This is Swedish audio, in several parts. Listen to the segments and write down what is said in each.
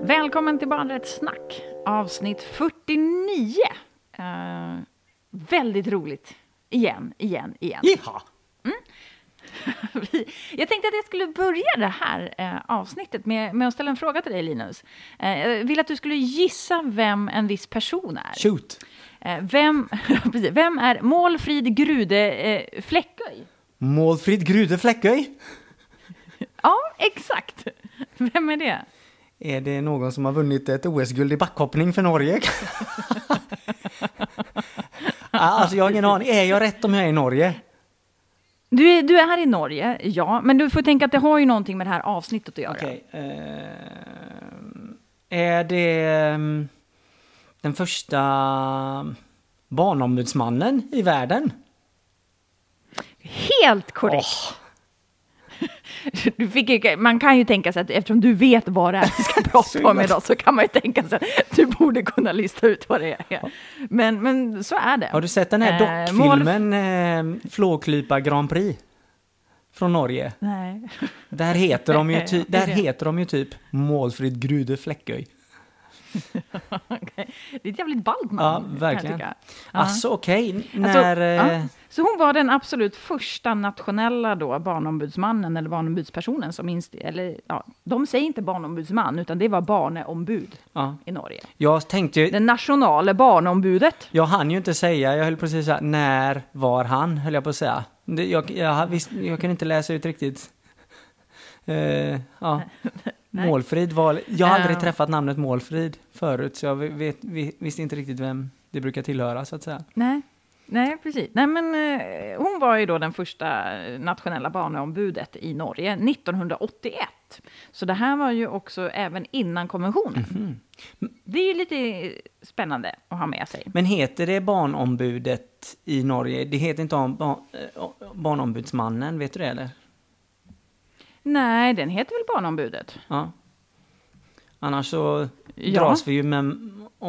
Välkommen till Barnrättssnack, avsnitt 49. Väldigt roligt. Igen. Jaha. Jag tänkte att jag skulle börja det här avsnittet med att ställa en fråga till dig, Linus. Jag vill att du skulle gissa vem en viss person är. Shoot. Vem är Målfrid Grude Fläcköj? Målfrid Grude Fläcköj? Ja, exakt. Vem är det? Är det någon som har vunnit ett OS-guld i backhoppning för Norge? Alltså jag har ingen aning. Är jag rätt om jag är i Norge? Du är här i Norge, ja. Men du får tänka att det har ju någonting med det här avsnittet att göra. Okej. Är det den första barnombudsmannen i världen? Helt korrekt. Man kan ju tänka sig att eftersom du vet vad det är vi ska prata om idag, så kan man ju tänka sig att du borde kunna lista ut vad det är. Ja. Men så är det. Har du sett den här dockfilmen Flåklypa Grand Prix från Norge? Nej. Där heter de ju typ Målfrid Grude Fläcköj. Okay. Det är ett jävligt ballt namn. Ja, verkligen. Alltså okej. Så hon var den absolut första nationella då barnombudsmannen eller barnombudspersonen som de säger inte barnombudsman utan det var barneombud i Norge. Jag tänkte ju, den nationella barnombudet. Jag hann ju inte säga, jag höll precis säga när var han, höll jag på att säga. Jag kan inte läsa ut riktigt. Målfrid var... Jag har aldrig träffat namnet Målfrid förut, så jag visste inte riktigt vem det brukar tillhöra, så att säga. Nej, precis. Nej, men hon var ju då den första nationella barnombudet i Norge 1981. Så det här var ju också även innan konventionen. Mm-hmm. Det är ju lite spännande att ha med sig. Men heter det barnombudet i Norge? Det heter inte barnombudsmannen, vet du det eller? Nej, den heter väl barnombudet. Ja. Annars så dras vi ju med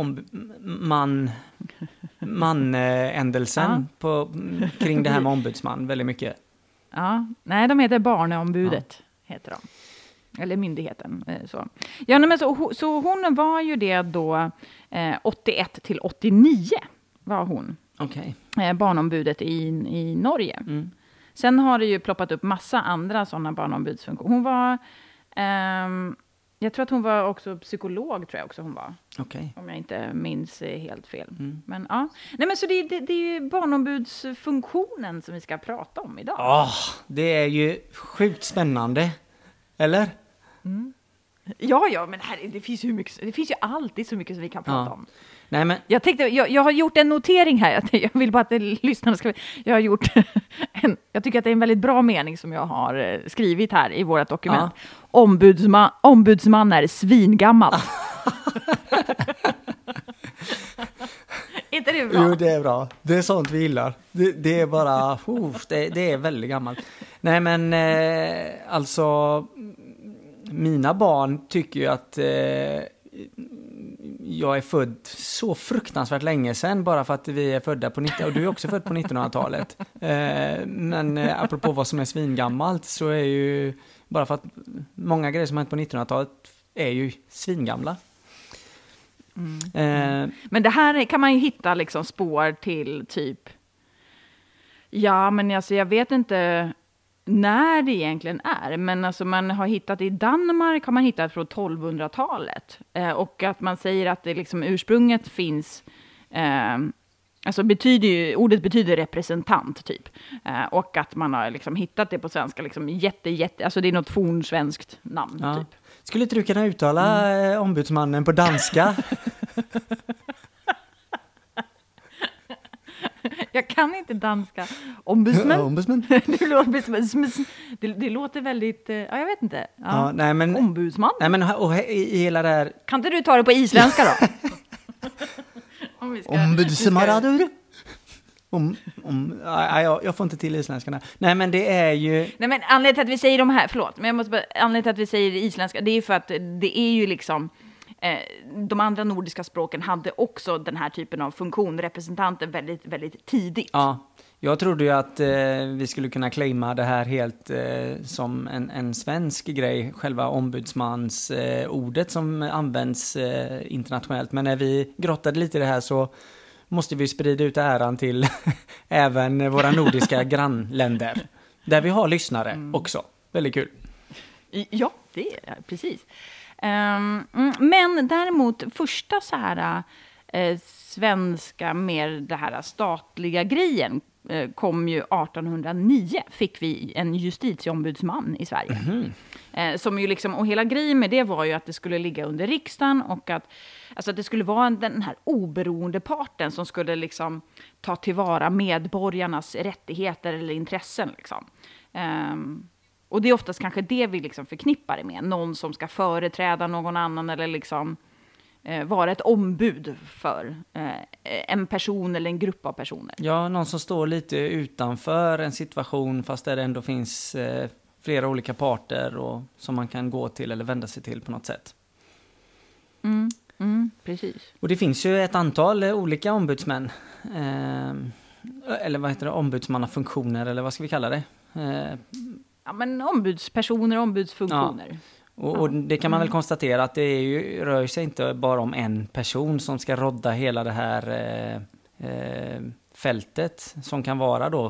manändelsen kring det här med ombudsman väldigt mycket. Ja, nej, de heter barneombudet heter de. Eller myndigheten. Så. Ja, men så hon var ju det då 81 till 89 var hon. Okej. Barnombudet i Norge. Mm. Sen har det ju ploppat upp massa andra sådana barnombudsfunktioner. Hon var, jag tror att hon var också psykolog, tror jag också hon var. Okej. Om jag inte minns helt fel. Mm. Men ja, nej men så det är ju barnombudsfunktionen som vi ska prata om idag. Det är ju sjukt spännande, eller? Mm. Ja, men det finns ju alltid så mycket som vi kan prata om. Nej, men... Jag har gjort en notering här. Jag vill bara att lyssnarna ska... Jag har gjort jag tycker att det är en väldigt bra mening som jag har skrivit här i vårt dokument. Ombudsman är svingammal. Inte det bra? Jo, det är bra. Det är sånt vi gillar. Det är bara... det är väldigt gammalt. Nej, men alltså... Mina barn tycker ju att... jag är född så fruktansvärt länge sedan bara för att vi är födda på 1900-talet. Och du är också född på 1900-talet. Men apropå vad som är svingammalt så är ju bara för att många grejer som hänt på 1900-talet är ju svingamla. Men det här kan man ju hitta liksom spår till typ... Ja, men alltså jag vet inte... när det egentligen är. Men alltså man har hittat i Danmark har man hittat från 1200-talet. Och att man säger att det liksom ursprunget finns... alltså ordet betyder representant typ. Och att man har liksom hittat det på svenska. Liksom alltså det är något fornsvenskt namn typ. Skulle inte du kunna uttala ombudsmannen på danska? Jag kan inte danska. Ombudsman. Det låter väldigt... jag vet inte. Ja. Nej, men, ombudsman. Nej, men och i hela det här... Kan inte du ta det på isländska då? Ombudsman. Jag får inte till isländska. Nej, men det är ju... Nej, men anledningen till att vi säger de här... Förlåt, men anledningen till att vi säger isländska, det är för att det är ju liksom... de andra nordiska språken hade också den här typen av funktion, representanter väldigt, väldigt tidigt. Ja, Jag trodde ju att vi skulle kunna claima det här helt som en svensk grej, själva ombudsmansordet som används internationellt. Men när vi grottade lite i det här så måste vi sprida ut äran till även våra nordiska grannländer. Där vi har lyssnare också. Väldigt kul. Ja, det är precis. Men däremot första så här svenska mer det här statliga grejen kom ju 1809. Fick vi en justitieombudsman i Sverige. Som ju liksom, och hela grejen med det var ju att det skulle ligga under riksdagen och att, alltså att det skulle vara den här oberoende parten som skulle liksom ta tillvara medborgarnas rättigheter eller intressen liksom. Och det är oftast kanske det vi liksom förknippar det med. Någon som ska företräda någon annan eller liksom vara ett ombud för en person eller en grupp av personer. Ja, någon som står lite utanför en situation fast där det ändå finns flera olika parter och som man kan gå till eller vända sig till på något sätt. Precis. Och det finns ju ett antal olika ombudsmän. Eller vad heter det? Ombudsmannafunktioner eller vad ska vi kalla det? Ja, men ombudspersoner, ombudsfunktioner. Ja. Och det kan man väl konstatera att det rör sig inte bara om en person som ska rodda hela det här fältet som kan vara då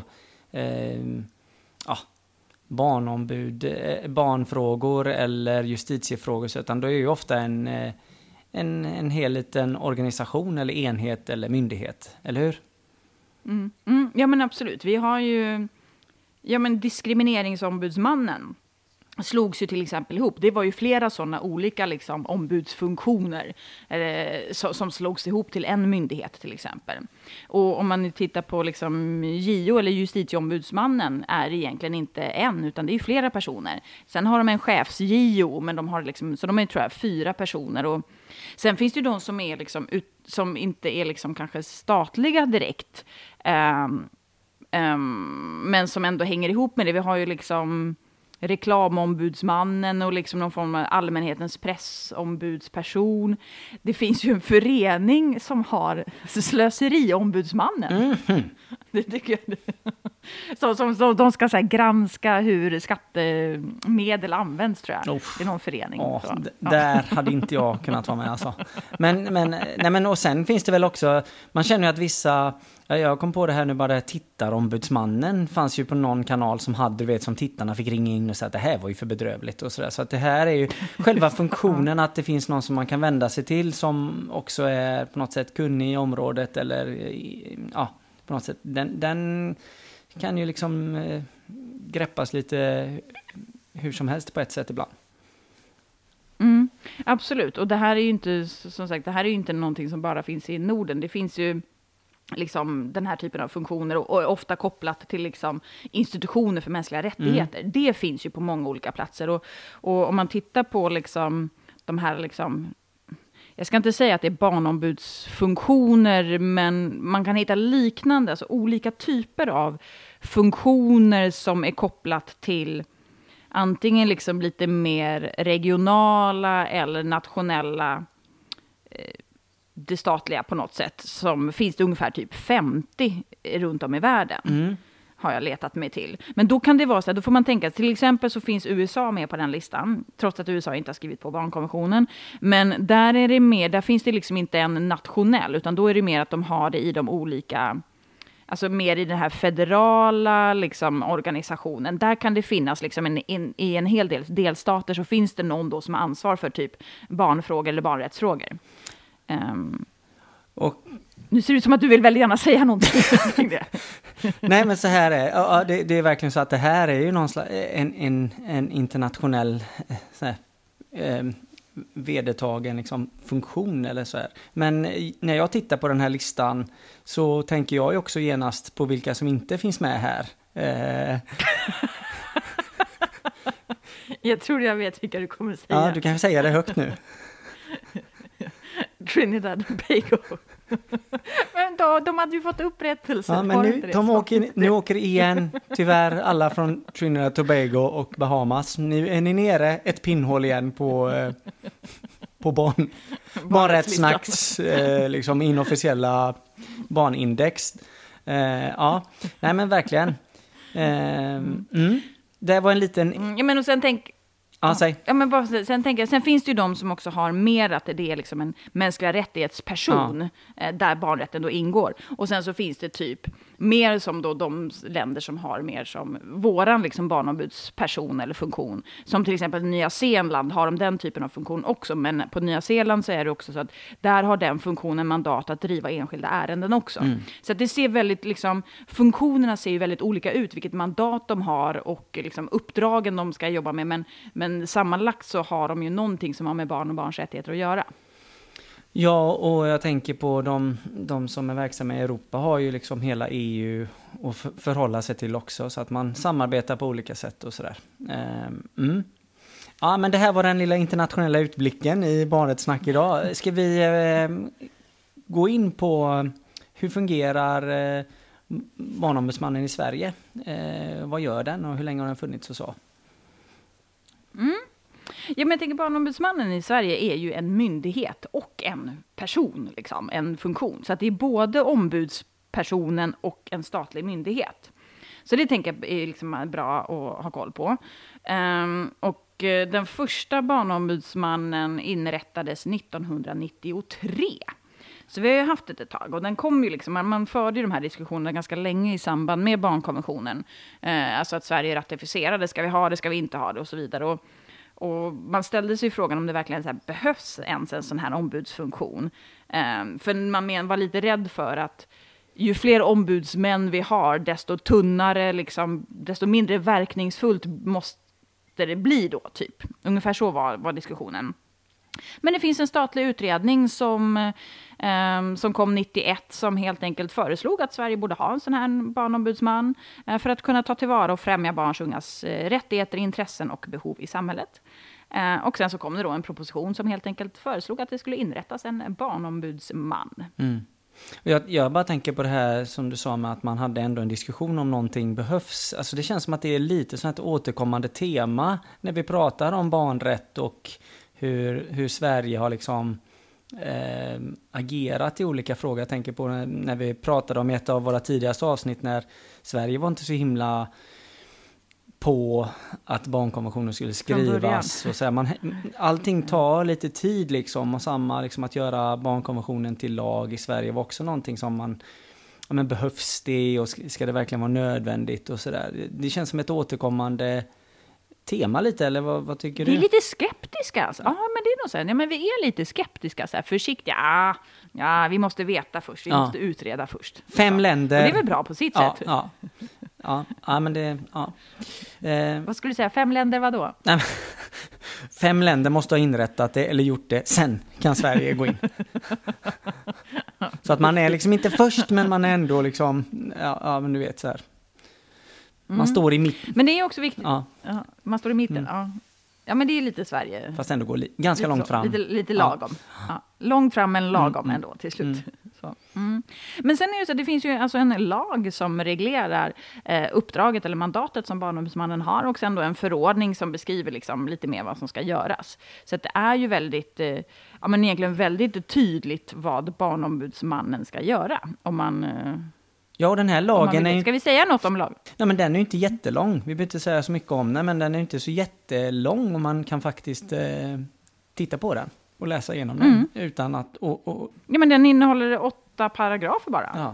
barnombud, barnfrågor eller justitiefrågor, utan det är ju ofta en hel liten organisation eller enhet eller myndighet, eller hur? Ja men absolut, vi har ju diskrimineringsombudsmannen slogs ju till exempel ihop. Det var ju flera sådana olika liksom, ombudsfunktioner som slogs ihop till en myndighet till exempel. Och om man tittar på liksom, JO eller justitieombudsmannen är egentligen inte en utan det är ju flera personer. Sen har de en chefs-JO men de har liksom, så de är tror jag 4 personer och sen finns det ju de som är liksom, som inte är liksom kanske statliga direkt men som ändå hänger ihop med det. Vi har ju liksom reklamombudsmannen och liksom någon form av allmänhetens pressombudsperson. Det finns ju en förening som har slöseriombudsmannen. Det tycker jag. Så de ska så här, granska hur skattemedel används tror jag. Det är någon förening. Där hade inte jag kunnat vara med alltså. Men och sen finns det väl också, man känner ju att vissa, jag kom på det här nu bara, tittarombudsmannen fanns ju på någon kanal som hade, du vet, som tittarna fick ringa in och säga att det här var ju för bedrövligt och sådär. Så att det här är ju själva funktionen att det finns någon som man kan vända sig till som också är på något sätt kunnig i området eller ja, på något sätt. Den kan ju liksom greppas lite hur som helst på ett sätt ibland. Absolut, och det här är ju inte, som sagt, det här är ju inte någonting som bara finns i Norden. Det finns ju liksom den här typen av funktioner och ofta kopplat till liksom institutioner för mänskliga rättigheter. Det finns ju på många olika platser och om man tittar på liksom de här liksom, jag ska inte säga att det är barnombudsfunktioner, men man kan hitta liknande, alltså olika typer av funktioner som är kopplat till antingen liksom lite mer regionala eller nationella det statliga på något sätt. Som finns det ungefär typ 50 runt om i världen. Har jag letat mig till. Men då kan det vara så här, då får man tänka, till exempel så finns USA med på den listan, trots att USA inte har skrivit på barnkonventionen. Men där är det mer, där finns det liksom inte en nationell, utan då är det mer att de har det i de olika, alltså mer i den här federala liksom, organisationen. Där kan det finnas liksom i en hel del delstater så finns det någon då som har ansvar för typ barnfrågor eller barnrättsfrågor. Och nu ser det ut som att du vill väldigt gärna säga någonting kring det. Nej, men så här är det är verkligen så att det här är ju någon slags, en internationell så här, vedertagen liksom, funktion eller så här. Men när jag tittar på den här listan så tänker jag ju också genast på vilka som inte finns med här. Jag tror jag vet vilka du kommer säga. Ja, du kan säga det högt nu. Trinidad och Tobago. Men då, de hade ju fått upprättelse. Ja, men nu åker igen tyvärr alla från Trinidad, Tobago och Bahamas. Nu är ni nere ett pinnhål igen på barnrättssnacks liksom inofficiella barnindex. Ja, nej men verkligen. Det var en liten... Ja, men och sen Ja, säg. Ja, men bara, sen finns det ju de som också har mer att det är liksom en mänskliga rättighetsperson där barnrätten då ingår. Och sen så finns det typ mer som då de länder som har mer som våran liksom barnombudsperson eller funktion. Som till exempel Nya Zeeland har de den typen av funktion också. Men på Nya Zeeland så är det också så att där har den funktionen mandat att driva enskilda ärenden också. Så att det ser väldigt liksom, funktionerna ser ju väldigt olika ut, vilket mandat de har och liksom uppdragen de ska jobba med. Men sammanlagt så har de ju någonting som har med barn och barns rättigheter att göra. Ja, och jag tänker på de som är verksamma i Europa har ju liksom hela EU att förhålla sig till också, så att man samarbetar på olika sätt och sådär. Ja, men det här var den lilla internationella utblicken i Barnrättssnack idag. Ska vi gå in på hur fungerar Barnombudsmannen i Sverige? Vad gör den och hur länge har den funnits och så? Ja, men jag tänker Barnombudsmannen i Sverige är ju en myndighet och en person, liksom, en funktion. Så att det är både ombudspersonen och en statlig myndighet. Så det tänker jag är liksom bra att ha koll på. Och den första Barnombudsmannen inrättades 1993. Så vi har ju haft det ett tag, och den kom ju liksom, man förde ju de här diskussionerna ganska länge i samband med barnkonventionen. Alltså att Sverige ratificerade, ska vi ha det, ska vi inte ha det och så vidare. Och man ställde sig frågan om det verkligen så här behövs ens en sån här ombudsfunktion. För man var lite rädd för att ju fler ombudsmän vi har, desto tunnare, liksom, desto mindre verkningsfullt måste det bli då, typ. Ungefär så var diskussionen. Men det finns en statlig utredning som kom 91 som helt enkelt föreslog att Sverige borde ha en sån här barnombudsman för att kunna ta tillvara och främja barns och ungas rättigheter, intressen och behov i samhället. Och sen så kom det då en proposition som helt enkelt föreslog att det skulle inrättas en barnombudsman. Jag bara tänker på det här som du sa med att man hade ändå en diskussion om någonting behövs. Alltså det känns som att det är lite sånt ett återkommande tema när vi pratar om barnrätt och hur Sverige har liksom agerat i olika frågor. Jag tänker på när vi pratade om ett av våra tidigaste avsnitt när Sverige var inte så himla på att barnkonventionen skulle skrivas. Och så här, allting tar lite tid liksom, och samma liksom, att göra barnkonventionen till lag i Sverige var också någonting som men behövs det och ska det verkligen vara nödvändigt och sådär. Det känns som ett återkommande tema lite, eller vad tycker du? Vi är lite skeptiska alltså. Ja, men det är nog så här, ja, men vi är lite skeptiska så här, försiktiga. Ja, vi måste veta först, vi måste utreda först. 5 länder. Och det är väl bra på sitt sätt. Ja, men det vad skulle du säga? 5 länder vadå? 5 länder måste ha inrättat det eller gjort det, sen kan Sverige gå in. Så att man är liksom inte först, men man är ändå liksom men du vet så här. Man står i mitten. Men det är också viktigt. Ja, man står i mitten. Ja, men det är lite Sverige. Fast ändå går ganska långt fram. Lite lagom. Ja. Långt fram, men lagom ändå till slut. Så. Men sen är det så att det finns ju alltså en lag som reglerar uppdraget eller mandatet som Barnombudsmannen har, och sen då en förordning som beskriver liksom lite mer vad som ska göras. Så att det är ju väldigt, egentligen väldigt tydligt vad Barnombudsmannen ska göra. Om man... Ja, den här lagen är... Ska vi säga något om lagen? Nej, men den är ju inte jättelång. Vi behöver inte säga så mycket om den, men den är inte så jättelång och man kan faktiskt titta på den och läsa igenom den utan att... Ja, men den innehåller 8 paragrafer bara. Ja.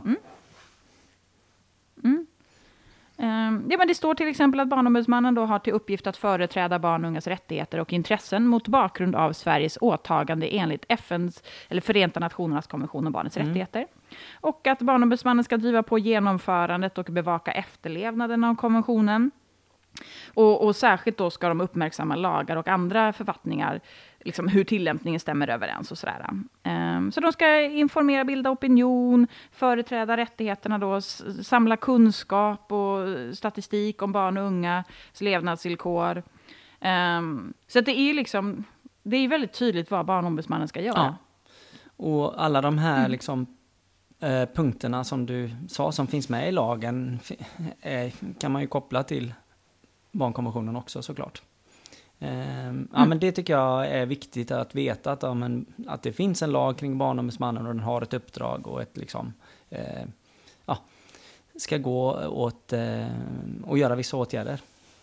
Ja, men det står till exempel att Barnombudsmannen då har till uppgift att företräda barn och ungas rättigheter och intressen mot bakgrund av Sveriges åtagande enligt FNs eller Förenta Nationernas konvention om barnets rättigheter. Och att Barnombudsmannen ska driva på genomförandet och bevaka efterlevnaden av konventionen. Och särskilt då ska de uppmärksamma lagar och andra författningar, liksom hur tillämpningen stämmer överens och sådär. Så de ska informera, bilda opinion, företräda rättigheterna då, samla kunskap och statistik om barn och ungas levnadsvillkor. Så att det är liksom, det är väldigt tydligt vad Barnombudsmannen ska göra. Ja. Och alla de här liksom punkterna som du sa som finns med i lagen kan man ju koppla till barnkonventionen också såklart. Men det tycker jag är viktigt att veta att det finns en lag kring Barnombudsmannen och den har ett uppdrag och ett liksom ska gå åt och göra vissa åtgärder.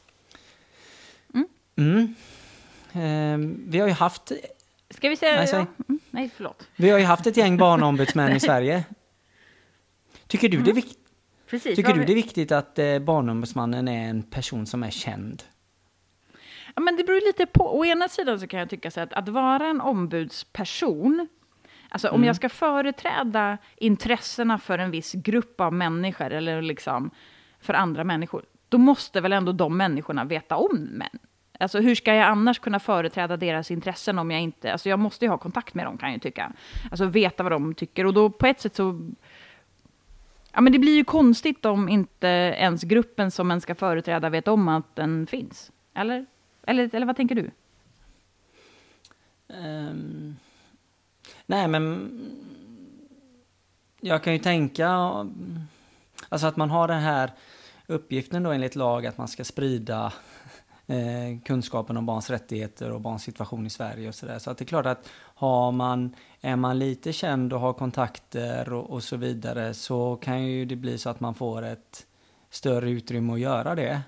Vi har ju haft... Ska vi säga... Nej, nej, förlåt. Vi har ju haft ett gäng barnombudsmän i Sverige. Tycker du det är viktigt? Precis. Tycker du det är viktigt att barnombudsmannen är en person som är känd? Ja, men det beror lite på. Å ena sidan så kan jag tycka så att vara en ombudsperson, alltså om jag ska företräda intressena för en viss grupp av människor eller liksom för andra människor, då måste väl ändå de människorna veta om män. Alltså hur ska jag annars kunna företräda deras intressen om jag inte... Alltså jag måste ju ha kontakt med dem, kan jag tycka. Alltså veta vad de tycker. Och då på ett sätt så... Ja, men det blir ju konstigt om inte ens gruppen som man ska företräda vet om att den finns. Eller vad tänker du? Nej, men... Jag kan ju tänka... Alltså att man har den här uppgiften då enligt lag att man ska sprida... kunskapen om barns rättigheter och barns situation i Sverige och sådär. Så att det är klart att är man lite känd och har kontakter och så vidare, så kan ju det bli så att man får ett större utrymme att göra det.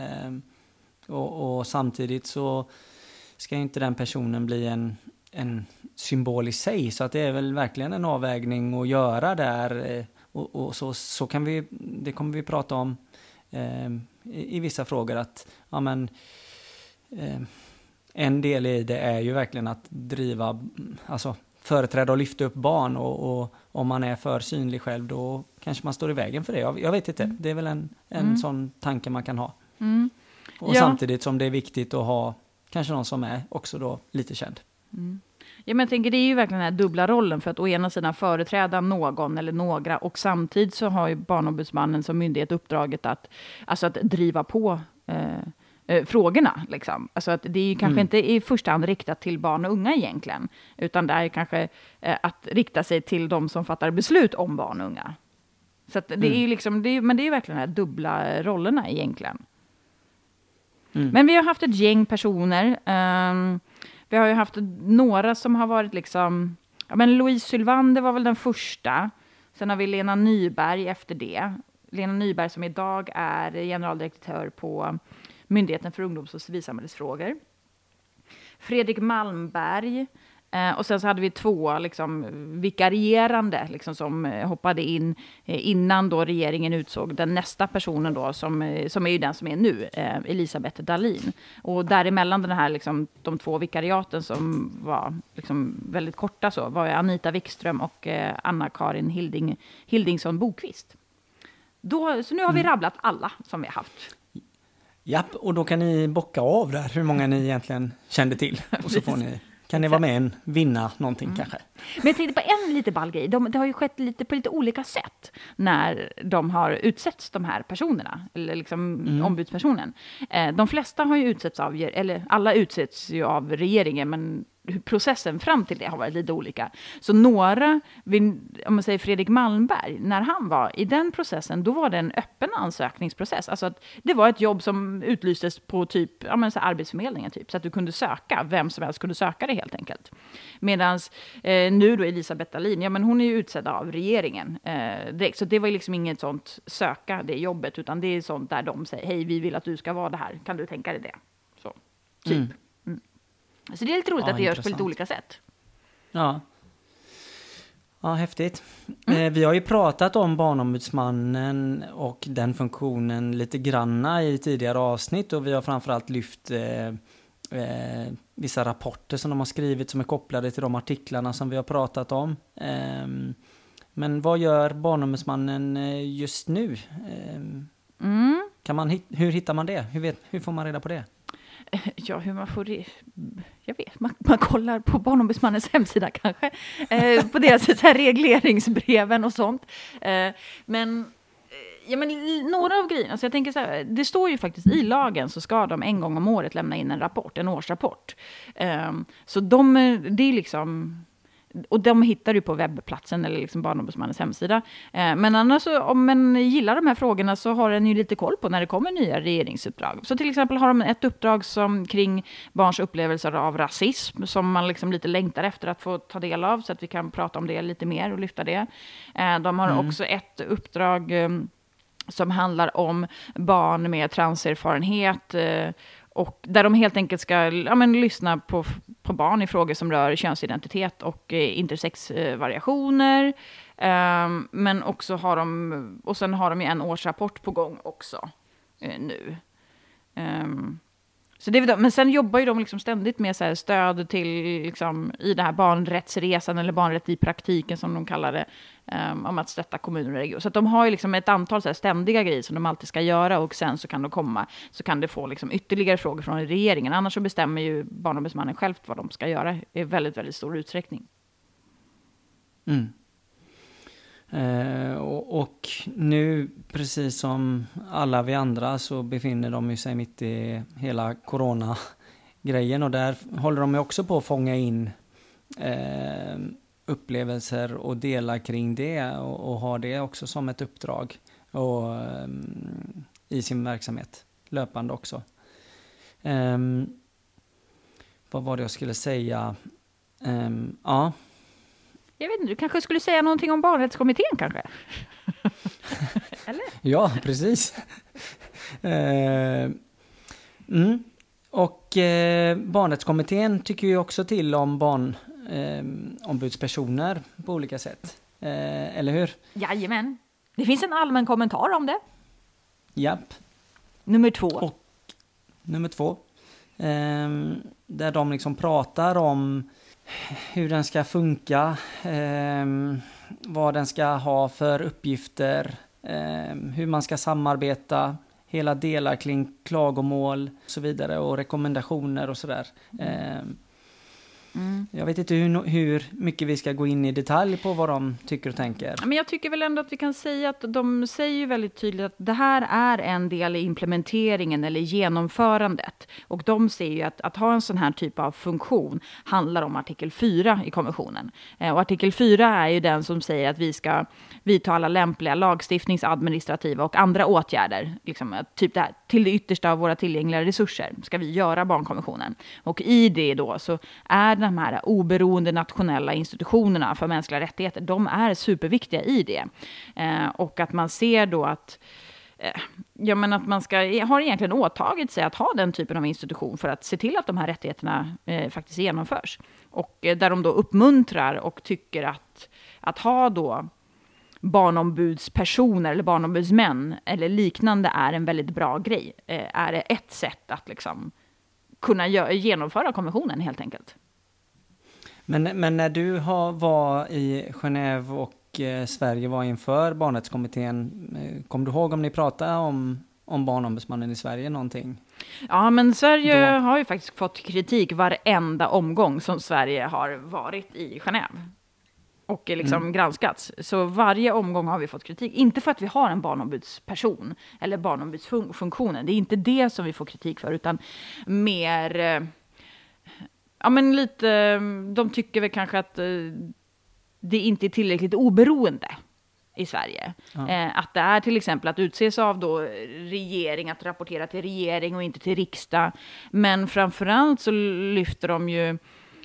Och samtidigt så ska inte den personen bli en symbol i sig, så att det är väl verkligen en avvägning att göra där. Och så kan det kommer vi prata om i vissa frågor, att ja, men en del i det är ju verkligen att driva, alltså företräda och lyfta upp barn, och om man är för synlig själv, då kanske man står i vägen för det. Jag vet inte, det är väl en sån tanke man kan ha. Och samtidigt som det är viktigt att ha kanske någon som är också då lite känd. Ja, men jag tänker, det är ju verkligen den här dubbla rollen, för att å ena sidan företräda någon eller några, och samtidigt så har ju barnombudsmannen som myndighet uppdraget att driva på frågorna. Liksom. Alltså att det är ju kanske inte i första hand riktat till barn och unga egentligen, utan det är kanske att rikta sig till de som fattar beslut om barn och unga. Så att det är ju liksom, men det är ju verkligen de här dubbla rollerna egentligen. Men vi har haft ett gäng personer. Vi har ju haft några som har varit liksom... Ja, men Louise Sylvander var väl den första. Sen har vi Lena Nyberg efter det. Lena Nyberg som idag är generaldirektör på Myndigheten för ungdoms- och civilsamhällesfrågor. Fredrik Malmberg. Och sen så hade vi 2 liksom, vikarierande liksom, som hoppade in innan då regeringen utsåg den nästa personen då, som är ju den som är nu, Elisabeth Dahlin. Och däremellan den här, liksom, de 2 vikariaten som var liksom, väldigt korta så, var Anita Wikström och Anna-Karin Hildingsson Bokvist. Så nu har vi rabblat alla som vi har haft. Japp, och då kan ni bocka av där hur många ni egentligen kände till. Och så får ni... Kan ni vara med vinna någonting kanske? Men jag tänkte på en lite ball grej. Det har ju skett på lite olika sätt när de har utsetts, de här personerna. Eller liksom ombudspersonen. De flesta har ju utsetts eller alla utsätts ju av regeringen, men processen fram till det har varit lite olika. Så några, om man säger Fredrik Malmberg, när han var i den processen, då var det en öppen ansökningsprocess. Alltså att det var ett jobb som utlystes på typ, så Arbetsförmedlingen typ, så att du kunde söka, vem som helst kunde söka det helt enkelt. Medan nu då Elisabeth Dahlin, men hon är ju utsedd av regeringen direkt, så det var ju liksom inget sånt söka det jobbet, utan det är sånt där de säger, hej, vi vill att du ska vara det här, kan du tänka dig det? Så, typ. Så det är lite roligt att det görs på lite olika sätt. Ja, häftigt. Vi har ju pratat om barnombudsmannen och den funktionen lite granna i tidigare avsnitt, och vi har framförallt lyft vissa rapporter som de har skrivit som är kopplade till de artiklarna som vi har pratat om. Men vad gör barnombudsmannen just nu? Hur hittar man det? Hur får man reda på det? Ja, hur man får det... Jag vet, man kollar på Barnombudsmannens hemsida kanske. På deras så här, regleringsbreven och sånt. Men några av grejerna. Så jag tänker så här, det står ju faktiskt i lagen så ska de en gång om året lämna in en årsrapport. Så det är liksom... Och de hittar du på webbplatsen eller liksom Barnombudsmannens hemsida. Men annars så, om man gillar de här frågorna så har den ju lite koll på när det kommer nya regeringsuppdrag. Så till exempel har de ett uppdrag kring barns upplevelser av rasism som man liksom lite längtar efter att få ta del av, så att vi kan prata om det lite mer och lyfta det. De har också ett uppdrag som handlar om barn med transerfarenhet, och där de helt enkelt ska lyssna på barn i frågor som rör könsidentitet och intersexvariationer. Men också sen har de ju en årsrapport på gång också nu. Så det är men sen jobbar ju de liksom ständigt med så här stöd till liksom, i det här barnrättsresan eller barnrätt i praktiken som de kallar det, om att stötta kommuner och regioner. Så att de har ju liksom ett antal så här ständiga grejer som de alltid ska göra, och sen så kan det få liksom ytterligare frågor från regeringen. Annars så bestämmer ju Barnombudsmannen självt vad de ska göra i väldigt, väldigt stor utsträckning. Och nu, precis som alla vi andra, så befinner de ju sig mitt i hela corona-grejen, och där håller de ju också på att fånga in upplevelser och dela kring det, och ha det också som ett uppdrag och i sin verksamhet löpande också. Vad var det jag skulle säga? Ja. Jag vet inte, du kanske skulle säga någonting om barnrättskommittén kanske? Eller? Ja, precis. Och barnrättskommittén tycker ju också till om barnombudspersoner på olika sätt. Eller hur? Jajamän. Det finns en allmän kommentar om det. Japp. Nummer 2. Och nummer 2. Där de liksom pratar om hur den ska funka, vad den ska ha för uppgifter, hur man ska samarbeta, hela delar kring klagomål och så vidare, och rekommendationer och sådär. Jag vet inte hur mycket vi ska gå in i detalj på vad de tycker och tänker. Men jag tycker väl ändå att vi kan säga att de säger ju väldigt tydligt att det här är en del i implementeringen eller genomförandet. Och de säger ju att ha en sån här typ av funktion handlar om artikel 4 i konventionen. Och artikel 4 är ju den som säger att vi ska vidta alla lämpliga lagstiftningsadministrativa och andra åtgärder. Liksom, typ det här, till det yttersta av våra tillgängliga resurser ska vi göra barnkonventionen. Och i det då så är de här oberoende nationella institutionerna för mänskliga rättigheter, de är superviktiga i det. Och att man ser då att att man har egentligen åtagit sig att ha den typen av institution för att se till att de här rättigheterna faktiskt genomförs. Och där de då uppmuntrar och tycker att ha då barnombudspersoner eller barnombudsmän eller liknande är en väldigt bra grej. Är det ett sätt att liksom kunna genomföra konventionen helt enkelt. Men när du var i Genève och Sverige var inför barnrättskommittén, kom du ihåg om ni pratade om barnombudsmannen i Sverige någonting? Ja, men Sverige har ju faktiskt fått kritik varenda omgång som Sverige har varit i Genève och liksom granskats. Så varje omgång har vi fått kritik. Inte för att vi har en barnombudsperson eller barnombudsfunktionen. Det är inte det som vi får kritik för, utan mer... Ja, men lite, de tycker väl kanske att det inte är tillräckligt oberoende i Sverige. Ja. Att det är till exempel att utses av då regering, att rapportera till regering och inte till riksdag. Men framförallt så lyfter de ju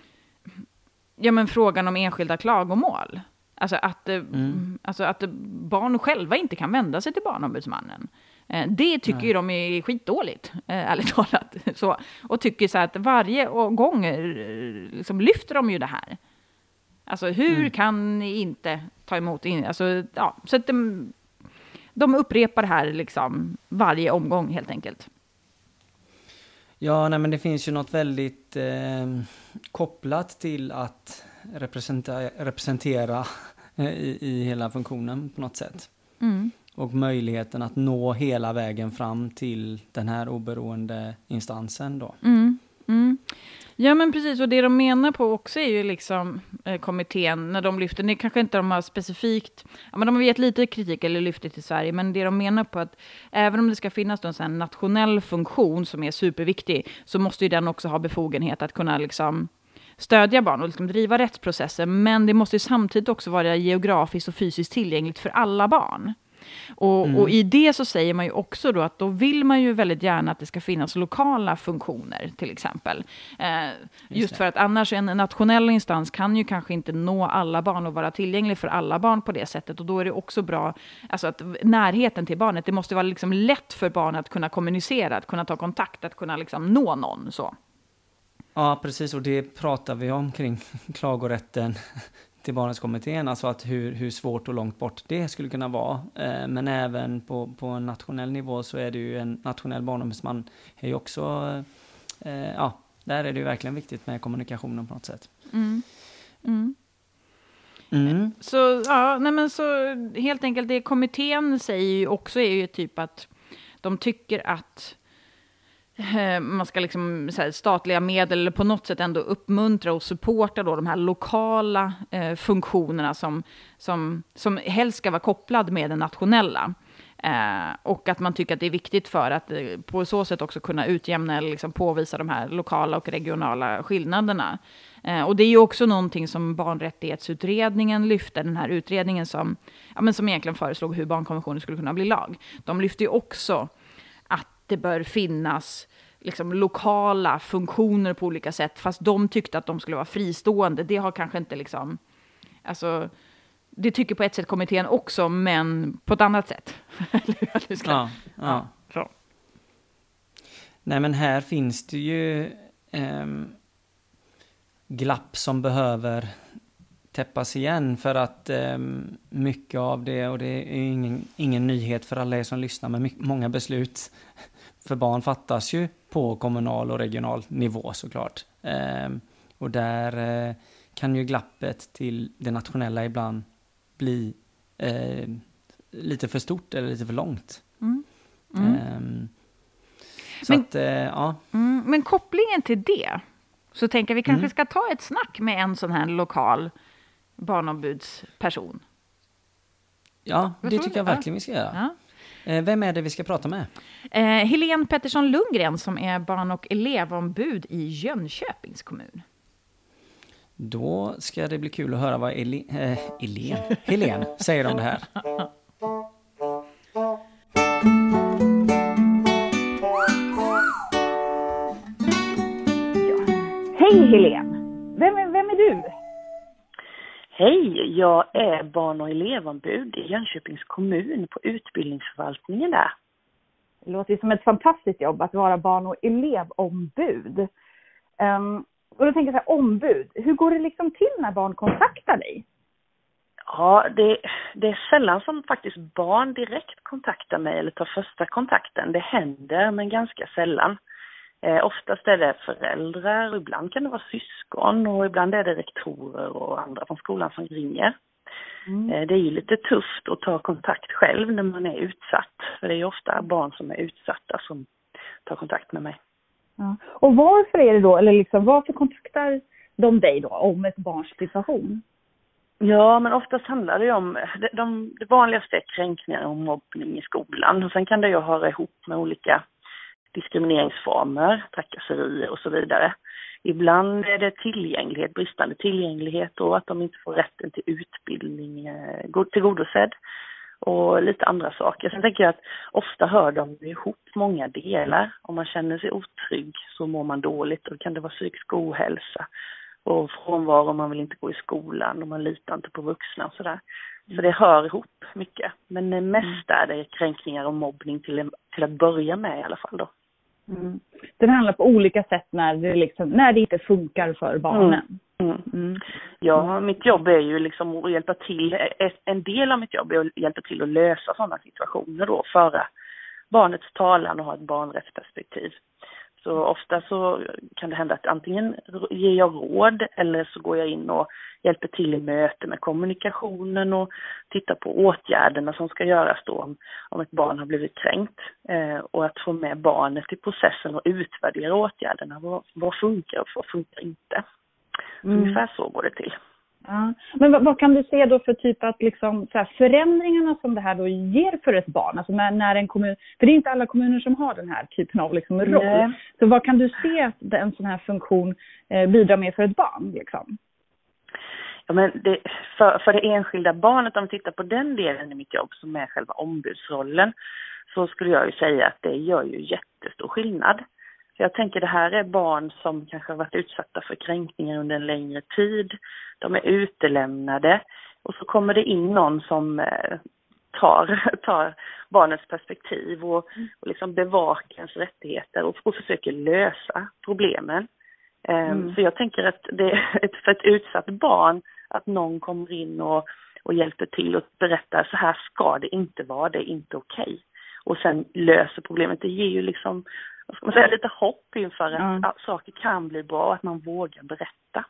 frågan om enskilda klagomål. Alltså att barn själva inte kan vända sig till barnombudsmannen. Det tycker ju de är skitdåligt, ärligt talat. Så, och tycker så att varje gång liksom lyfter de ju det här. Alltså hur kan ni inte ta emot så att de upprepar det här liksom varje omgång helt enkelt. Ja, nej, men det finns ju något väldigt kopplat till att representera i hela funktionen på något sätt. Och möjligheten att nå hela vägen fram till den här oberoende instansen då. Ja, men precis. Och det de menar på också är ju liksom kommittén, när de lyfter, det kanske inte de har specifikt, men de har gett lite kritik eller lyft det till Sverige, men det de menar på att även om det ska finnas en sån här nationell funktion som är superviktig, så måste ju den också ha befogenhet att kunna liksom stödja barn och liksom driva rättsprocesser, men det måste ju samtidigt också vara geografiskt och fysiskt tillgängligt för alla barn. Och i det så säger man ju också då att då vill man ju väldigt gärna att det ska finnas lokala funktioner till exempel. Just för att annars en nationell instans kan ju kanske inte nå alla barn och vara tillgänglig för alla barn på det sättet. Och då är det också bra, alltså att närheten till barnet, det måste vara liksom lätt för barnet att kunna kommunicera, att kunna ta kontakt, att kunna liksom nå någon så. Ja, precis, och det pratar vi om kring klagorätten till barnrättskommittén, alltså att hur svårt och långt bort det skulle kunna vara. Men även på en nationell nivå så är det ju en nationell barnombudsman är ju också, där är det ju verkligen viktigt med kommunikationen på något sätt. Så, så helt enkelt det kommittén säger ju också är ju typ att de tycker att man ska liksom så här, statliga medel eller på något sätt ändå uppmuntra och supporta då de här lokala funktionerna som helst ska vara kopplad med den nationella. Och att man tycker att det är viktigt för att på så sätt också kunna utjämna eller liksom påvisa de här lokala och regionala skillnaderna. Och det är ju också någonting som barnrättighetsutredningen lyfte, den här utredningen som egentligen föreslog hur barnkonventionen skulle kunna bli lag. De lyfte ju också att det bör finnas liksom lokala funktioner på olika sätt, fast de tyckte att de skulle vara fristående. Det har kanske inte liksom, alltså, det tycker på ett sätt kommittén också, men på ett annat sätt. Så. Nej, men här finns det ju glapp som behöver täppas igen, för att mycket av det, och det är ingen nyhet för alla er som lyssnar, men många beslut för barn fattas ju på kommunal och regional nivå såklart. Och där kan ju glappet till det nationella ibland bli lite för stort eller lite för långt. Men kopplingen till det, så tänker vi kanske ska ta ett snack med en sån här lokal barnombudsperson. Ja, det tycker jag verkligen vi ska göra. Ja. Vem är det vi ska prata med? Helene Pettersson Lundgren som är barn- och elevombud i Jönköpings kommun. Då ska det bli kul att höra vad Helene säger om det här. Hej Helene! Vem är du? Hej, jag är barn- och elevombud i Jönköpings kommun på utbildningsförvaltningen där. Det låter ju som ett fantastiskt jobb att vara barn- och elevombud. Och då tänker jag så här, ombud. Hur går det liksom till när barn kontaktar dig? Ja, det är sällan som faktiskt barn direkt kontaktar mig eller tar första kontakten. Det händer, men ganska sällan. Oftast är det föräldrar, och ibland kan det vara syskon och ibland är det rektorer och andra från skolan som ringer. Det är ju lite tufft att ta kontakt själv när man är utsatt. För det är ju ofta barn som är utsatta som tar kontakt med mig. Ja. Och varför är det då, eller liksom, varför kontaktar de dig då om ett barns situation? Ja, men oftast handlar det ju om, det vanligaste är kränkningar och mobbning i skolan. Och sen kan det ju höra ihop med olika diskrimineringsformer, trakasserier och så vidare. Ibland är det bristande tillgänglighet och att de inte får rätten till utbildning tillgodosedd och lite andra saker. Sen tänker jag att ofta hör de ihop många delar. Om man känner sig otrygg så mår man dåligt, och kan det vara psykisk ohälsa och frånvaro, man vill inte gå i skolan och man litar inte på vuxna och sådär. Så det hör ihop mycket. Men mest är det kränkningar och mobbning till att börja med i alla fall då. Det handlar på olika sätt när det inte funkar för barnen. Ja, mitt jobb är ju liksom att hjälpa till. En del av mitt jobb är att hjälpa till att lösa sådana situationer då, föra barnets talan och ha ett barnrättsperspektiv. Så ofta så kan det hända att antingen ger jag råd eller så går jag in och hjälper till i möte med kommunikationen och tittar på åtgärderna som ska göras då om ett barn har blivit kränkt. Och att få med barnet i processen och utvärdera åtgärderna. Vad funkar och vad funkar inte? Ungefär så går det till. Ja. Men vad kan du se då för typ att liksom, så här, förändringarna som det här då ger för ett barn? Alltså när en kommun, för det är inte alla kommuner som har den här typen av liksom roll. Nej. Så vad kan du se att en sån här funktion bidrar med för ett barn? Liksom? Ja, men för det enskilda barnet, om vi tittar på den delen i mitt jobb som är själva ombudsrollen, så skulle jag ju säga att det gör ju jättestor skillnad. Så jag tänker det här är barn som kanske har varit utsatta för kränkningar under en längre tid. De är utelämnade och så kommer det in någon som tar barnets perspektiv och liksom bevakar ens rättigheter och försöker lösa problemen. Så jag tänker att det är för ett utsatt barn att någon kommer in och hjälper till och berättar så här ska det inte vara, det är inte okej. Och sen löser problemet. Det ger ju liksom, vad ska man säga, lite hopp inför att saker kan bli bra, att man vågar berätta.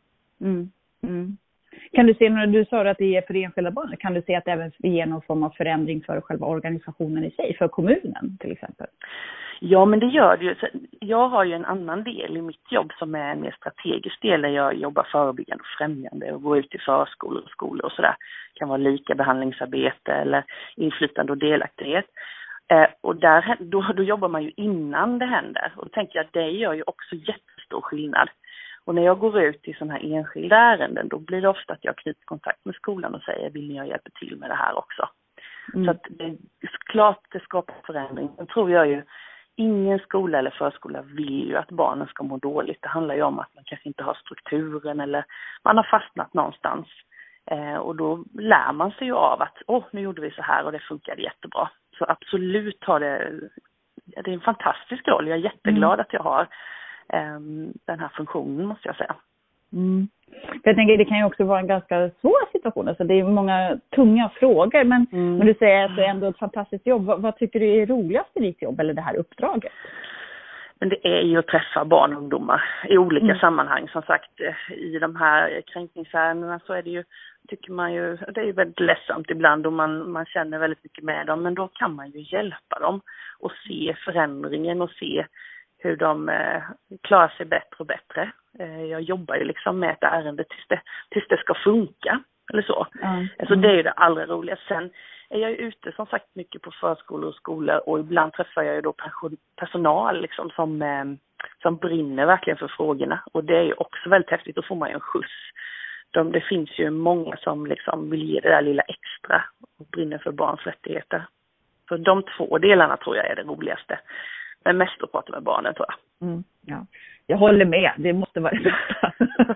Kan du se, när du sa att det är för enskilda barn, kan du se att det även ger någon form av förändring för själva organisationen i sig, för kommunen till exempel? Ja, men det gör det ju. Jag har ju en annan del i mitt jobb som är en mer strategisk del där jag jobbar förebyggande och främjande och går ut i förskolor och skolor och sådär. Det kan vara lika behandlingsarbete eller inflytande och delaktighet. Och då jobbar man ju innan det händer. Och då tänker jag att det gör ju också jättestor skillnad. Och när jag går ut i sådana här enskilda ärenden, då blir det ofta att jag knyter kontakt med skolan och säger, vill ni jag hjälpa till med det här också? Så att det är klart det skapar förändring. Sen tror jag ju, ingen skola eller förskola vill ju att barnen ska må dåligt. Det handlar ju om att man kanske inte har strukturen eller man har fastnat någonstans. Och då lär man sig ju av att nu gjorde vi så här och det funkade jättebra. Så absolut har det är en fantastisk roll. Jag är jätteglad att jag har den här funktionen, måste jag säga. Jag tänker det kan ju också vara en ganska svår situation. Alltså det är många tunga frågor, men du säger att det är ändå ett fantastiskt jobb. Vad tycker du är roligast i ditt jobb eller det här uppdraget? Men det är ju att träffa barn och ungdomar i olika sammanhang. Som sagt, i de här kränkningsärendena så är det ju, tycker man ju, det är ju väldigt ledsamt ibland och man känner väldigt mycket med dem. Men då kan man ju hjälpa dem och se förändringen och se hur de klarar sig bättre och bättre. Jag jobbar ju liksom med ett ärende tills det ska funka eller så. Så det är ju det allra roligaste. Sen är jag ju ute som sagt mycket på förskolor och skolor och ibland träffar jag ju då personal liksom som brinner verkligen för frågorna. Och det är ju också väldigt häftigt, då får man ju en skjuts. Det finns ju många som liksom vill ge det där lilla extra och brinner för barns rättigheter. Så de två delarna tror jag är det roligaste. Men mest att prata med barnen, tror jag. Ja. Jag håller med. Det måste vara det bästa.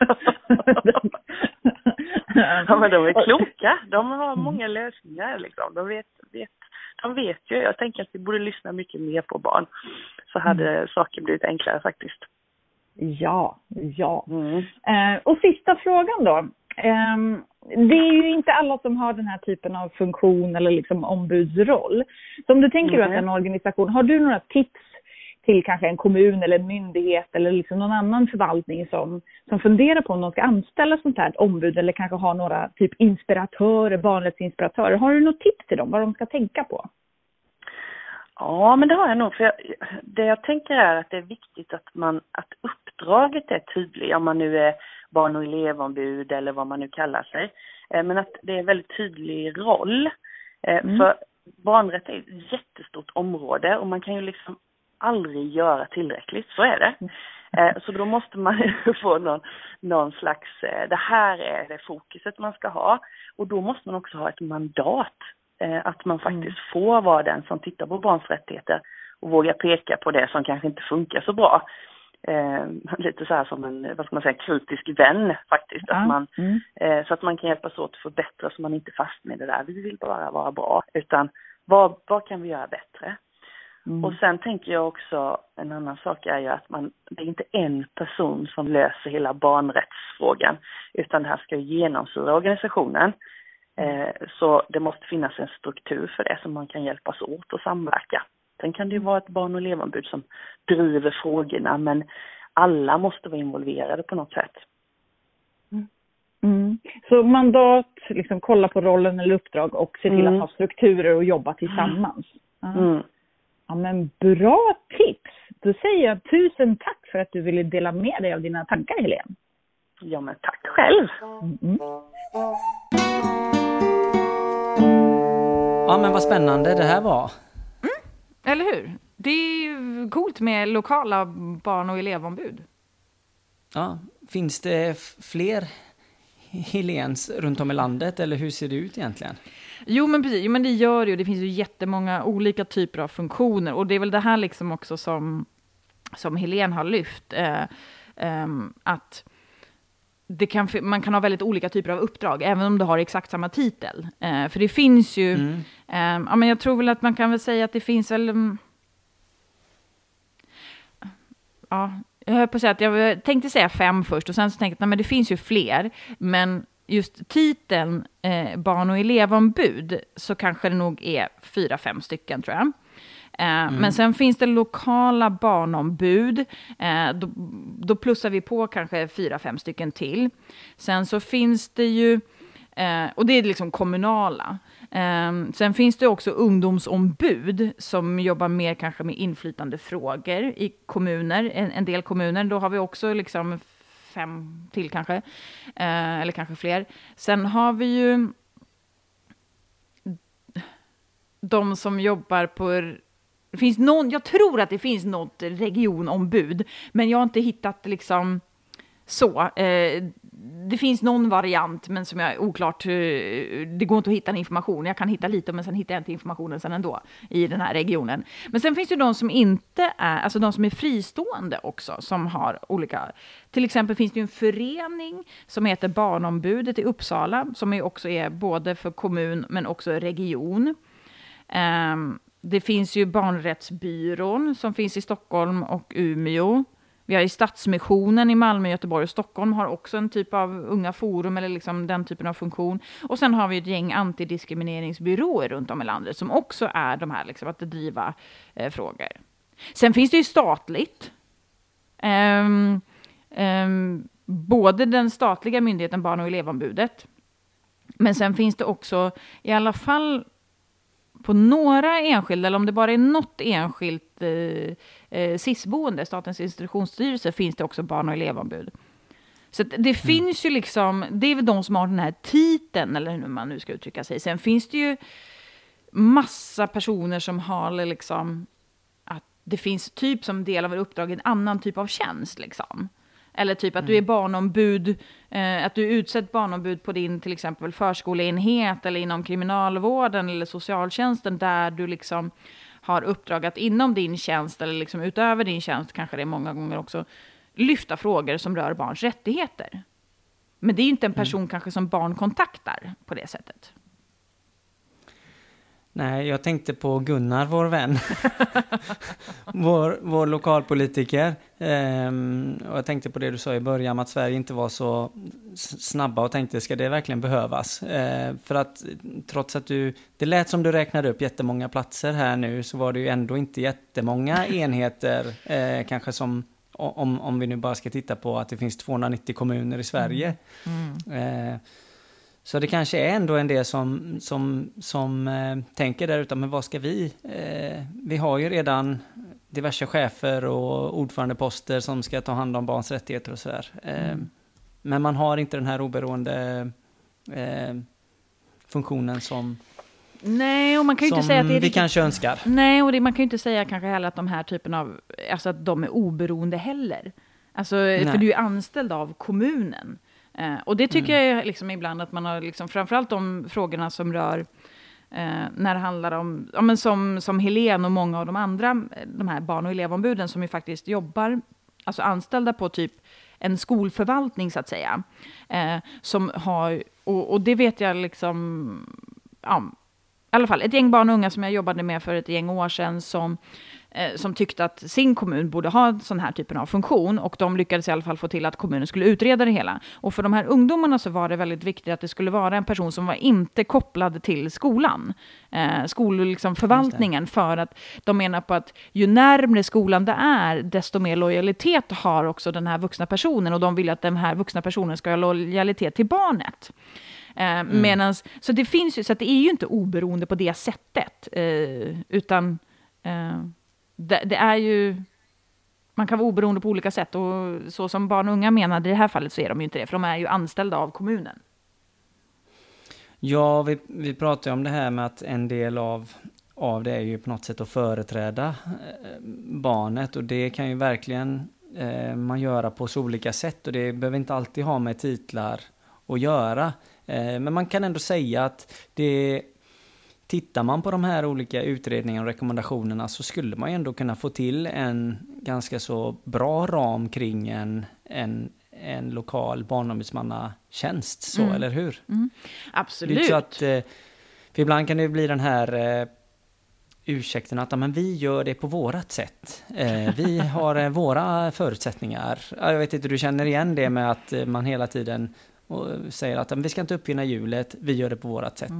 Ja, men de är kloka. De har många lösningar. Liksom. De vet ju. Jag tänker att vi borde lyssna mycket mer på barn. Så hade saker blivit enklare faktiskt. Ja. Och sista frågan då. Det är ju inte alla som har den här typen av funktion eller liksom ombudsroll. Så om du tänker att en organisation, har du några tips till kanske en kommun eller en myndighet eller liksom någon annan förvaltning som funderar på om de ska anställa sånt här ombud eller kanske ha några typ inspiratörer, barnrättsinspiratörer. Har du något tips till dem vad de ska tänka på? Ja, men det har jag nog. För det jag tänker är att det är viktigt att uppdraget är tydligt, om man nu är barn- och elevombud eller vad man nu kallar sig. Men att det är en väldigt tydlig roll. För barnrätt är ett jättestort område och man kan ju liksom aldrig göra tillräckligt, så är det. Så då måste man få någon slags, det här är det fokuset man ska ha. Och då måste man också ha ett mandat. Att man faktiskt får vara den som tittar på barns rättigheter och vågar peka på det som kanske inte funkar så bra. Lite så här som en, vad ska man säga, kritisk vän faktiskt. Att man, så att man kan hjälpas åt att förbättra så man inte fast med det där. Vi vill bara vara bra, utan vad kan vi göra bättre? Och sen tänker jag också, en annan sak är ju att det är inte en person som löser hela barnrättsfrågan, utan det här ska genomsyra organisationen. Så det måste finnas en struktur för det som man kan hjälpas åt och samverka. Sen kan det ju vara ett barn- och elevombud som driver frågorna, men alla måste vara involverade på något sätt. Så mandat, liksom kolla på rollen eller uppdrag och se till att ha strukturer och jobba tillsammans. Ja, men bra tips! Då säger jag 1000 tack för att du ville dela med dig av dina tankar, Helene. Ja, men tack själv! Ja, men vad spännande det här var. Eller hur? Det är ju coolt med lokala barn- och elevombud. Ja, finns det fler Helens runt om i landet, eller hur ser det ut egentligen? Jo men precis, men det gör det ju. Det finns ju jättemånga olika typer av funktioner, och det är väl det här liksom också som Helen har lyft, att man kan ha väldigt olika typer av uppdrag, även om det har exakt samma titel. För det finns ju, men jag tror väl att man kan väl säga att det finns väl, jag höll på att säga att jag tänkte säga 5 först, och sen så tänkte jag att det finns ju fler, men just titeln barn- och elevombud, så kanske det nog är 4-5 stycken tror jag. Men sen finns det lokala barnombud, då plussar vi på kanske 4-5 stycken till. Sen så finns det ju, och det är liksom kommunala. Sen finns det också ungdomsombud som jobbar mer kanske med inflytande frågor i kommuner, en del kommuner. Då har vi också liksom 5 till kanske, eller kanske fler. Sen har vi ju de som jobbar på, det finns jag tror att det finns något regionombud, men jag har inte hittat liksom så. Det finns någon variant, men som är oklart. Det går inte att hitta en information. Jag kan hitta lite, men sen hittar jag inte informationen sen ändå i den här regionen. Men sen finns det de som inte är, alltså de som är fristående också, som har olika. Till exempel finns det ju en förening som heter Barnombudet i Uppsala, som också är både för kommun men också region. Det finns ju Barnrättsbyrån som finns i Stockholm och Umeå. Vi har ju Stadsmissionen i Malmö, Göteborg och Stockholm har också en typ av unga forum eller liksom den typen av funktion. Och sen har vi ett gäng antidiskrimineringsbyråer runt om i landet som också är de här liksom att driva frågor. Sen finns det ju statligt. Både den statliga myndigheten Barn- och elevombudet. Men sen finns det också i alla fall på några enskilda, eller om det bara är något enskilt SIS-boende, Statens institutionsstyrelse, finns det också barn- och elevombud. Så det finns ju liksom, det är väl de som har den här titeln, eller hur man nu ska uttrycka sig. Sen finns det ju massa personer som har liksom, att det finns typ som del av uppdrag en annan typ av tjänst liksom. Eller typ att du är barnombud, att du är utsett barnombud på din till exempel förskoleenhet eller inom kriminalvården eller socialtjänsten, där du liksom har uppdrag att inom din tjänst eller liksom utöver din tjänst, kanske det är många gånger också, lyfta frågor som rör barns rättigheter. Men det är ju inte en person kanske som barn kontaktar på det sättet. Nej, jag tänkte på Gunnar, vår vän. vår lokalpolitiker. Och jag tänkte på det du sa i början, att Sverige inte var så snabba, och tänkte, ska det verkligen behövas? För att trots att det lät som du räknade upp jättemånga platser här nu, så var det ju ändå inte jättemånga enheter, kanske som, om vi nu bara ska titta på att det finns 290 kommuner i Sverige. Så det kanske är ändå en del som tänker där ute, men vad ska vi? Vi har ju redan diverse chefer och ordförandeposter som ska ta hand om barns rättigheter och sådär. Men man har inte den här oberoende funktionen som, nej, och man kan ju inte säga att det är vi kanske önskar. Nej, och man kan ju inte säga kanske heller att de här typen av, alltså att de är oberoende heller. Alltså, för du är anställd av kommunen. Och det tycker jag liksom ibland att man har liksom, framförallt de frågorna som rör när det handlar om, ja, men som Helen och många av de andra, de här barn- och elevombuden som ju faktiskt jobbar, alltså anställda på typ en skolförvaltning så att säga, som har, och det vet jag liksom, ja, i alla fall ett gäng barn och unga som jag jobbade med för ett gäng år sedan som tyckte att sin kommun borde ha sån här typen av funktion, och de lyckades i alla fall få till att kommunen skulle utreda det hela. Och för de här ungdomarna så var det väldigt viktigt att det skulle vara en person som var inte kopplad till skolan, skolförvaltningen, för att de menar på att ju närmare skolan det är, desto mer lojalitet har också den här vuxna personen, och de vill att den här vuxna personen ska ha lojalitet till barnet. Så det finns ju, så att det är ju inte oberoende på det sättet, utan det är ju, man kan vara oberoende på olika sätt, och så som barn och unga menar, i det här fallet så är de ju inte det, för de är ju anställda av kommunen. Ja, vi pratar ju om det här med att en del av det är ju på något sätt att företräda barnet, och det kan ju verkligen man göra på så olika sätt, och det behöver inte alltid ha med titlar att göra. Men man kan ändå säga att tittar man på de här olika utredningarna och rekommendationerna så skulle man ju ändå kunna få till en ganska så bra ram kring en lokal barnombudsmannatjänst, så, eller hur? Absolut. Det är så att, för ibland kan det bli den här ursäkten att men vi gör det på vårat sätt. Vi har våra förutsättningar. Jag vet inte, du känner igen det med att man hela tiden säger att vi ska inte uppfinna hjulet, vi gör det på vårat sätt.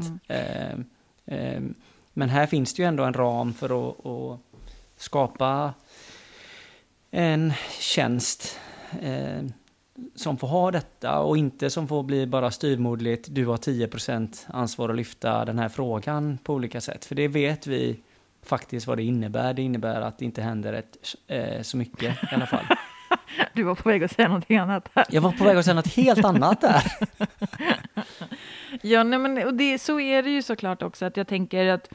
Men här finns det ju ändå en ram för att skapa en tjänst som får ha detta och inte som får bli bara styvmoderligt. Du har 10% ansvar att lyfta den här frågan på olika sätt. För det vet vi faktiskt vad det innebär. Det innebär att det inte händer så mycket i alla fall. Du var på väg att säga någonting annat här. Jag var på väg att säga något helt annat där. Ja, nej, men och så är det ju såklart också, att jag tänker att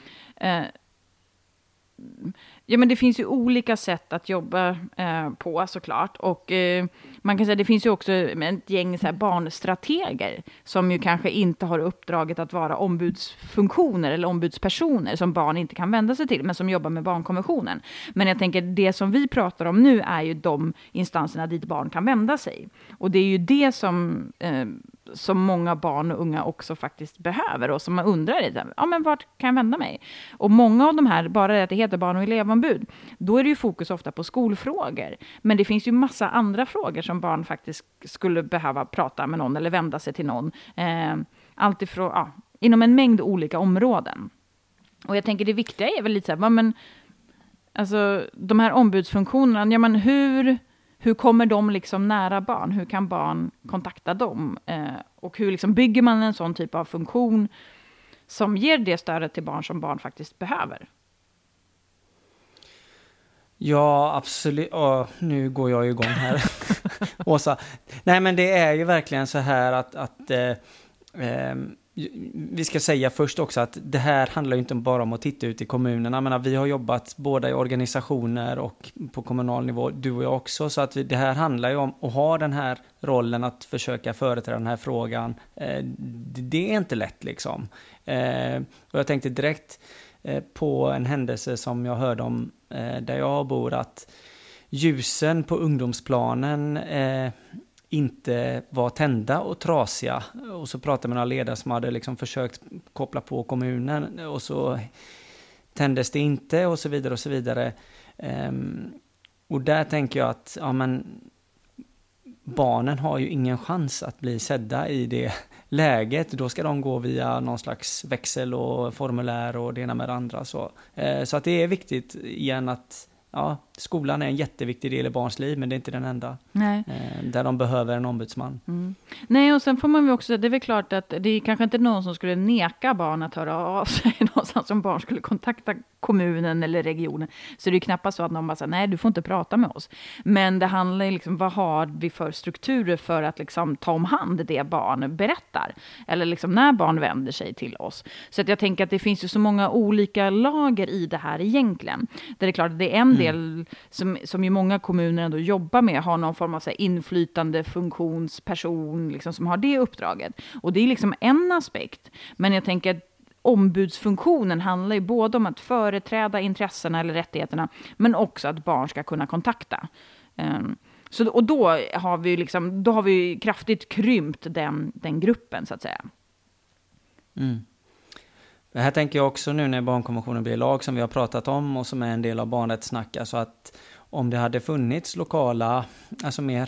ja, men det finns ju olika sätt att jobba på såklart, och man kan säga att det finns ju också ett gäng så här barnstrateger som ju kanske inte har uppdraget att vara ombudsfunktioner eller ombudspersoner som barn inte kan vända sig till, men som jobbar med barnkonventionen. Men jag tänker det som vi pratar om nu är ju de instanserna dit barn kan vända sig, och det är ju det som många barn och unga också faktiskt behöver, och som man undrar lite, ja men vart kan jag vända mig? Och många av de här, bara att det heter barn- och elevombud, då är det ju fokus ofta på skolfrågor. Men det finns ju massa andra frågor som barn faktiskt skulle behöva prata med någon eller vända sig till någon. Allt ifrån, inom en mängd olika områden. Och jag tänker det viktiga är väl lite så här, men alltså de här ombudsfunktionerna, ja men hur kommer de liksom nära barn? Hur kan barn kontakta dem? Och hur liksom bygger man en sån typ av funktion som ger det stödet till barn som barn faktiskt behöver? Ja, absolut. Nu går jag igång här. Åsa. Nej, men det är ju verkligen så här att vi ska säga först också att det här handlar ju inte bara om att titta ut i kommunerna. Men vi har jobbat båda i organisationer och på kommunal nivå, du och jag också. Så att det här handlar ju om att ha den här rollen att försöka företräda den här frågan. Det är inte lätt liksom. Och jag tänkte direkt på en händelse som jag hörde om där jag bor, att ljusen på ungdomsplanen inte var tända och trasiga. Och så pratade med några ledare som hade liksom försökt koppla på kommunen, och så tändes det inte, och så vidare och så vidare. Och där tänker jag att barnen har ju ingen chans att bli sedda i det läget. Då ska de gå via någon slags växel och formulär och det ena med det andra. Så att det är viktigt igen att skolan är en jätteviktig del i barns liv, men det är inte den enda. Nej. Där de behöver en ombudsman. Nej, och sen får man ju också, det är väl klart att det är kanske inte någon som skulle neka barn att höra av sig någonstans, som barn skulle kontakta kommunen eller regionen. Så det är knappast så att någon bara säger, nej du får inte prata med oss. Men det handlar ju liksom, vad har vi för strukturer för att liksom ta om hand det barn berättar? Eller liksom när barn vänder sig till oss. Så att jag tänker att det finns ju så många olika lager i det här egentligen. Där det är klart att det är en del som ju många kommuner ändå jobbar med, har någon form av så här inflytande funktionsperson liksom, som har det uppdraget. Och det är liksom en aspekt. Men jag tänker att ombudsfunktionen handlar ju både om att företräda intressena eller rättigheterna, men också att barn ska kunna kontakta. Och då har vi kraftigt krympt den gruppen så att säga. Det här tänker jag också nu när barnkonventionen blir lag, som vi har pratat om och som är en del av barnrättssnack, alltså att om det hade funnits lokala, alltså mer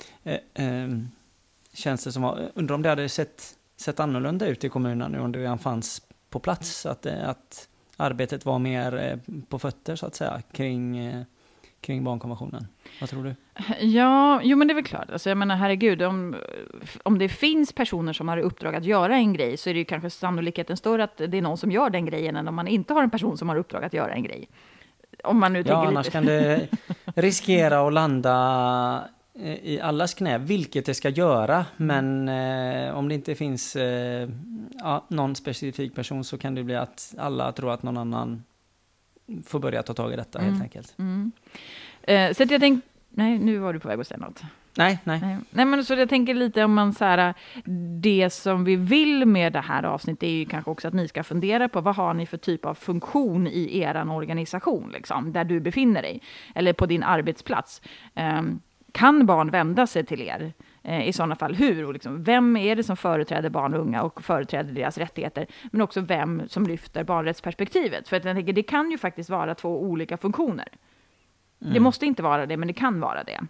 tjänster som var, undrar om det hade sett annorlunda ut i kommunen nu om det redan fanns på plats, att arbetet var mer på fötter så att säga kring barnkonventionen. Vad tror du? Ja, men det är väl klart. Alltså, jag menar, herregud, om det finns personer som har uppdrag att göra en grej, så är det ju kanske sannolikheten större att det är någon som gör den grejen än om man inte har en person som har uppdrag att göra en grej. Om man nu tänker annars lite. Kan det riskera att landa i allas knä, vilket det ska göra, men om det inte finns någon specifik person, så kan det bli att alla tror att någon annan får börja ta tag i detta helt enkelt. Så att jag tänkte, nej, nu var du på väg att säga något. Nej. Nej, men så jag tänker lite om man så här, det som vi vill med det här avsnittet är ju kanske också att ni ska fundera på vad har ni för typ av funktion i eran organisation, liksom, där du befinner dig, eller på din arbetsplats. Kan barn vända sig till er? I sådana fall hur? Och liksom, vem är det som företräder barn och unga och företräder deras rättigheter? Men också vem som lyfter barnrättsperspektivet. För att jag tänker, det kan ju faktiskt vara 2 olika funktioner. Det måste inte vara det, men det kan vara det.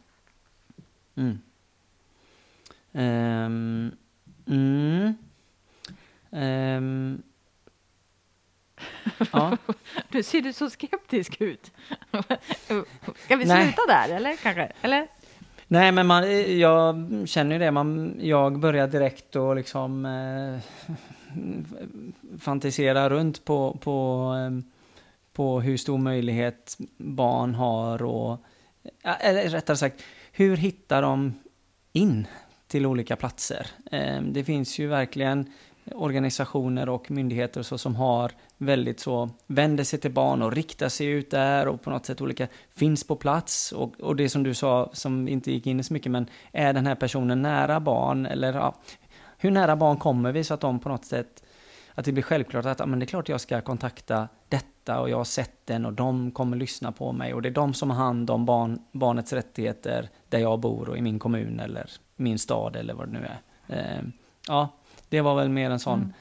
Ja. Nu ser du så skeptisk ut. Ska vi sluta där, eller kanske? Eller? Nej, men jag känner ju det. Jag börjar direkt och liksom fantisera runt på hur stor möjlighet barn har och, eller rättare sagt, hur hittar de in till olika platser? Det finns ju verkligen organisationer och myndigheter och så som har väldigt så, vänder sig till barn och riktar sig ut där och på något sätt olika finns på plats och det som du sa som inte gick in i så mycket, men är den här personen nära barn eller hur nära barn kommer vi så att de på något sätt, att det blir självklart att men det är klart jag ska kontakta detta och jag har sett den och de kommer lyssna på mig och det är de som har hand om barnets rättigheter där jag bor och i min kommun eller min stad eller vad det nu är. Det var väl mer en sån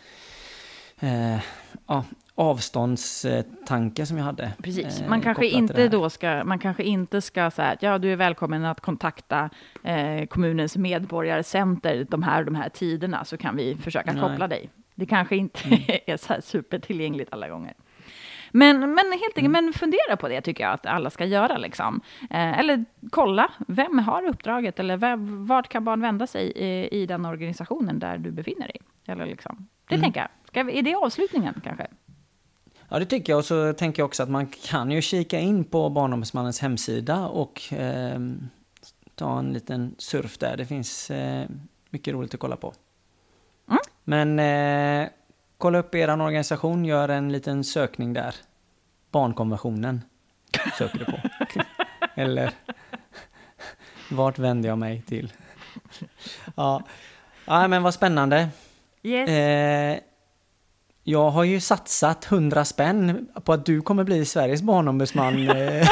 avståndstanke som jag hade. Precis. Man kanske inte ska säga att du är välkommen att kontakta kommunens medborgarcenter de här tiderna, så kan vi försöka koppla dig. Det kanske inte är så här supertillgängligt alla gånger. Men helt enkelt, men fundera på det tycker jag att alla ska göra. Liksom. Eller kolla, vem har uppdraget? Eller vart kan barn vända sig i den organisationen där du befinner dig? Eller liksom. Det tänker jag. Är det avslutningen kanske? Ja, det tycker jag. Och så tänker jag också att man kan ju kika in på Barnombudsmannens hemsida och ta en liten surf där. Det finns mycket roligt att kolla på. Men kolla upp er organisation, gör en liten sökning där. Barnkonventionen söker du på. Eller vart vänder jag mig till? Ja, men vad spännande. Yes. Jag har ju satsat 100 spänn på att du kommer bli Sveriges barnombudsman.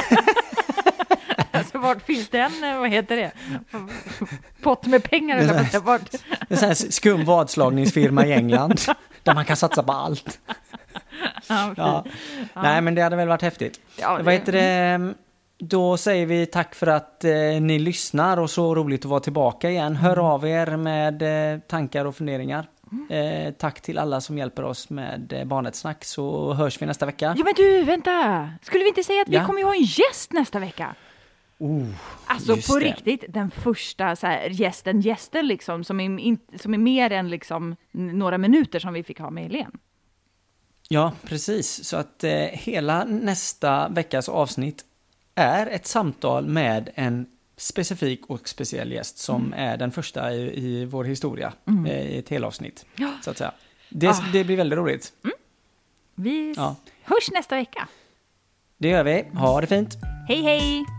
Alltså vart finns den, vad heter det? Pott med pengar eller vart? Det är en sån här skum vadslagningsfirma i England där man kan satsa på allt. Ja. Nej, men det hade väl varit häftigt. Ja, vad heter det? Då säger vi tack för att ni lyssnar och så roligt att vara tillbaka igen. Hör av er med tankar och funderingar. Tack till alla som hjälper oss med Barnrättssnack, så hörs vi nästa vecka. Ja, men du, vänta. Skulle vi inte säga att vi kommer ju ha en gäst nästa vecka? Alltså på riktigt, den första så här, gästen liksom, som är mer än liksom några minuter som vi fick ha med Helene. Ja, precis. Så att hela nästa veckas avsnitt är ett samtal med en specifik och speciell gäst som är den första i vår historia i ett helavsnitt, så att säga. Det blir väldigt roligt. Vi hörs nästa vecka. Det gör vi. Ha det fint. Hej, hej!